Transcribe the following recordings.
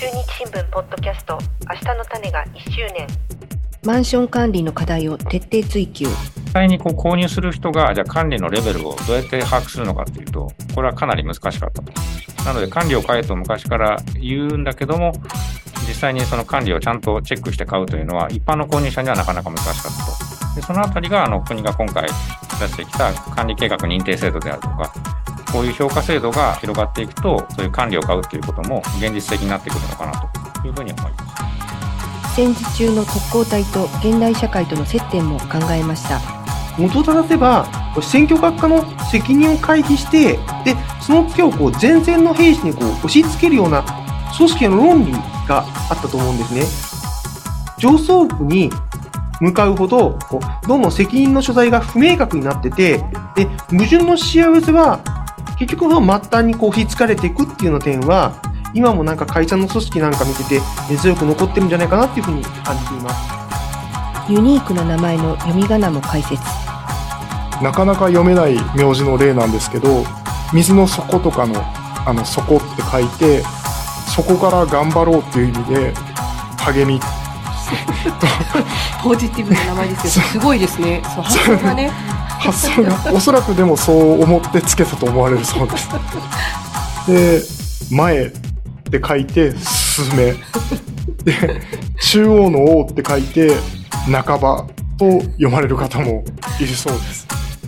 中日新聞ポッドキャスト明日の種が1周年。 マンション管理の課題を徹底追求。 実際に購入する人がじゃあ管理のレベルをどうやって把握するのかというと、これはかなり難しかったと。なので管理を変えと昔から言うんだけども、実際にその管理をちゃんとチェックして買うというのは一般の購入者にはなかなか難しかったと。でそのあたりが国が今回出してきた管理計画認定制度であるとか、こういう評価制度が広がっていくと、そういう管理を買うということも現実的になってくるのかなというふうに思います。 戦時中の特攻隊と現代社会との接点も考えました。 元を正せば選挙学科の責任を回避して、でその手を前線の兵士に押し付けるような組織の論理があったと思うんですね。上層部に向かうほどどんどん責任の所在が不明確になってて、で矛盾のしわ寄せは結局末端に引っつかれていくっていうような点は、今も会社の組織なんか見てて根強く残ってるんじゃないかなっていうふうに感じています。 ユニークな名前の読み仮名も解説。 なかなか読めない名字の例なんですけど、水の底とかの底って書いて、そこから頑張ろうっていう意味で励みポジティブな名前ですよ。すごいですね。そう発想がね発想がおそらくでもそう思ってつけたと思われるそうですで、前って書いてすすめで、中央の王って書いて半ばと読まれる方もいるそうです。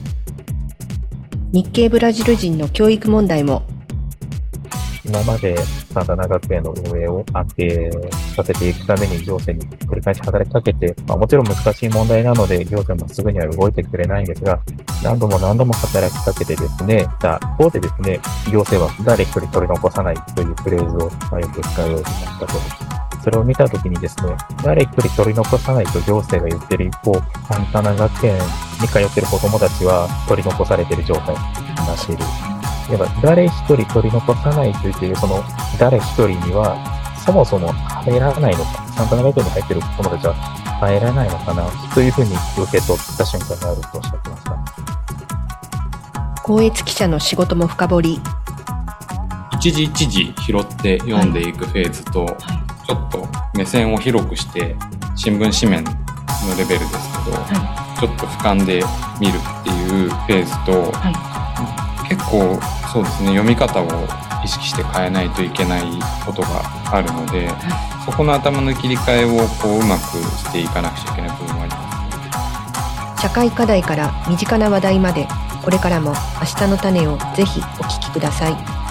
日系ブラジル人の教育問題も。 今までサンタナ学園の運営を安定させていくために行政に繰り返し働きかけて、もちろん難しい問題なので行政もすぐには動いてくれないんですが、何度も働きかけてですね、他方でですね、行政は誰一人取り残さないというフレーズをよく使うようになったと。それを見たときにですね、誰一人取り残さないと行政が言ってる一方、サンタナ学園に通っている子供たちは取り残されている状態になっている。やっぱ誰一人取り残さないというその誰一人にはそもそも入らないのか、サンタナ学園に入っている子供たちは入らないのかなというふうに受け取った瞬間があるとおっしゃってました。 校閲記者の仕事も深掘り。 一時一時拾って読んでいくフェーズと、ちょっと目線を広くして新聞紙面のレベルですけど、ちょっと俯瞰で見るっていうフェーズと、結構そうですね、読み方を意識して変えないといけないことがあるので、そこの頭の切り替えをうまくしていかなくちゃいけない部分もありますね。 社会課題から身近な話題まで、これからも明日の種をぜひお聞きください。